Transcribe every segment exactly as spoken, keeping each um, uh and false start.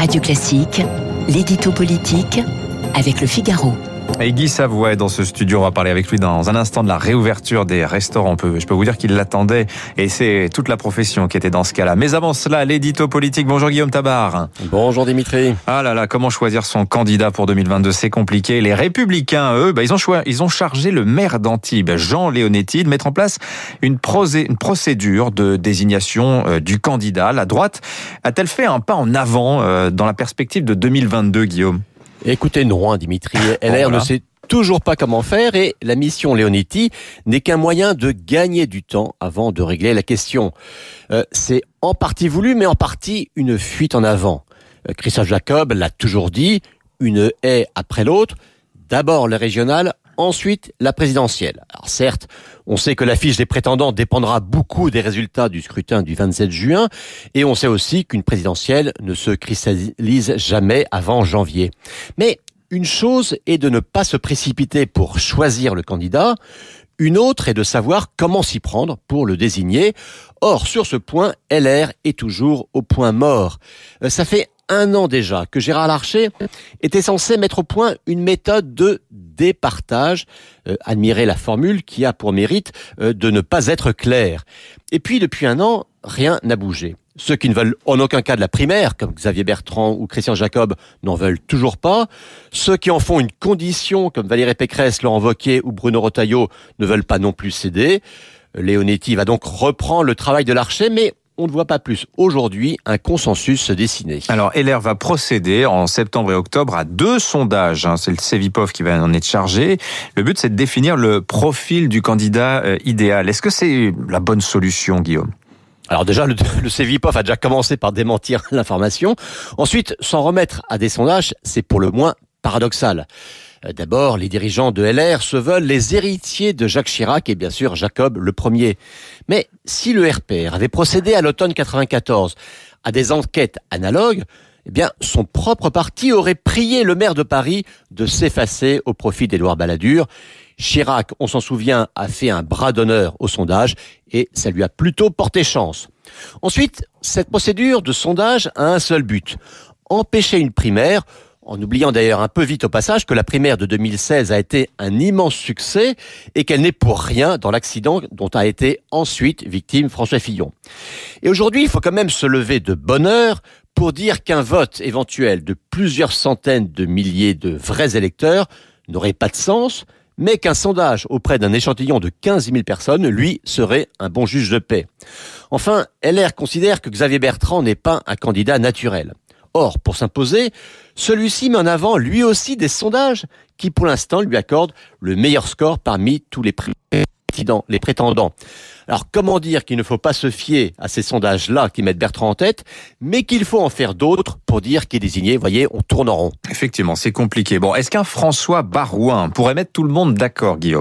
Radio Classique, l'édito politique avec Le Figaro. Et Guy Savoie est dans ce studio, on va parler avec lui dans un instant de la réouverture des restaurants. Je peux vous dire qu'il l'attendait et c'est toute la profession qui était dans ce cas-là. Mais avant cela, l'édito politique. Bonjour Guillaume Tabar. Bonjour Dimitri. Ah là là, comment choisir son candidat pour deux mille vingt-deux, c'est compliqué. Les Républicains, eux, bah, ils, ont choisi, ils ont chargé le maire d'Antibes, Jean Leonetti, de mettre en place une, prosé, une procédure de désignation euh, du candidat. La droite a-t-elle fait un pas en avant euh, dans la perspective de deux mille vingt-deux, Guillaume ? Écoutez, non, hein, Dimitri. L R voilà. ne sait toujours pas comment faire et la mission Leonetti n'est qu'un moyen de gagner du temps avant de régler la question. Euh, c'est en partie voulu, mais en partie une fuite en avant. Euh, Christophe Jacob l'a toujours dit, une haie après l'autre. D'abord le régional, ensuite la présidentielle. Alors certes, on sait que l'affiche des prétendants dépendra beaucoup des résultats du scrutin du vingt-sept juin et on sait aussi qu'une présidentielle ne se cristallise jamais avant janvier. Mais une chose est de ne pas se précipiter pour choisir le candidat, une autre est de savoir comment s'y prendre pour le désigner. Or, sur ce point, L R est toujours au point mort. Euh, ça fait un an déjà que Gérard Larcher était censé mettre au point une méthode de départage. Euh, admirez la formule qui a pour mérite euh, de ne pas être claire. Et puis, depuis un an, rien n'a bougé. Ceux qui ne veulent en aucun cas de la primaire, comme Xavier Bertrand ou Christian Jacob, n'en veulent toujours pas. Ceux qui en font une condition, comme Valérie Pécresse, Laurent Wauquiez ou Bruno Retailleau, ne veulent pas non plus céder. Leonetti va donc reprendre le travail de Larcher, mais on ne voit pas plus aujourd'hui un consensus se dessiner. Alors, L R va procéder en septembre et octobre à deux sondages. C'est le Cevipof qui va en être chargé. Le but, c'est de définir le profil du candidat idéal. Est-ce que c'est la bonne solution, Guillaume ? Alors déjà, le, le Cevipof a déjà commencé par démentir l'information. Ensuite, s'en remettre à des sondages, c'est pour le moins paradoxal. D'abord, les dirigeants de L R se veulent les héritiers de Jacques Chirac et bien sûr Jacob le premier. Mais si le R P R avait procédé à l'automne quatre-vingt-quatorze à des enquêtes analogues, eh bien, son propre parti aurait prié le maire de Paris de s'effacer au profit d'Édouard Balladur. Chirac, on s'en souvient, a fait un bras d'honneur au sondage et ça lui a plutôt porté chance. Ensuite, cette procédure de sondage a un seul but, empêcher une primaire, en oubliant d'ailleurs un peu vite au passage que la primaire de deux mille seize a été un immense succès et qu'elle n'est pour rien dans l'accident dont a été ensuite victime François Fillon. Et aujourd'hui, il faut quand même se lever de bonne heure pour dire qu'un vote éventuel de plusieurs centaines de milliers de vrais électeurs n'aurait pas de sens, mais qu'un sondage auprès d'un échantillon de quinze mille personnes, lui, serait un bon juge de paix. Enfin, L R considère que Xavier Bertrand n'est pas un candidat naturel. Or, pour s'imposer, celui-ci met en avant lui aussi des sondages qui, pour l'instant, lui accordent le meilleur score parmi tous les prétendants. Les prétendants. Alors, comment dire qu'il ne faut pas se fier à ces sondages-là qui mettent Bertrand en tête, mais qu'il faut en faire d'autres pour dire qu'il est désigné. Vous voyez, on tourne en rond. Effectivement, c'est compliqué. Bon, est-ce qu'un François Baroin pourrait mettre tout le monde d'accord, Guillaume ?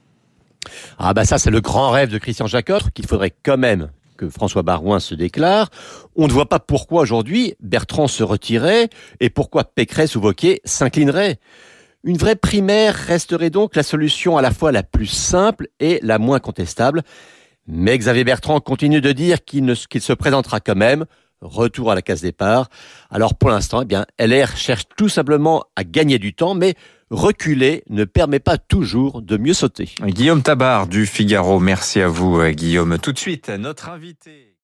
Ah bah ça, c'est le grand rêve de Christian Jacob, qu'il faudrait quand même que François Baroin se déclare. On ne voit pas pourquoi aujourd'hui Bertrand se retirait et pourquoi Pécresse ou Wauquiez s'inclinerait. Une vraie primaire resterait donc la solution à la fois la plus simple et la moins contestable. Mais Xavier Bertrand continue de dire qu'il, ne, qu'il se présentera quand même. Retour à la case départ. Alors pour l'instant, eh bien, L R cherche tout simplement à gagner du temps, mais reculer ne permet pas toujours de mieux sauter. Guillaume Tabar du Figaro, merci à vous Guillaume. Tout de suite, notre invité...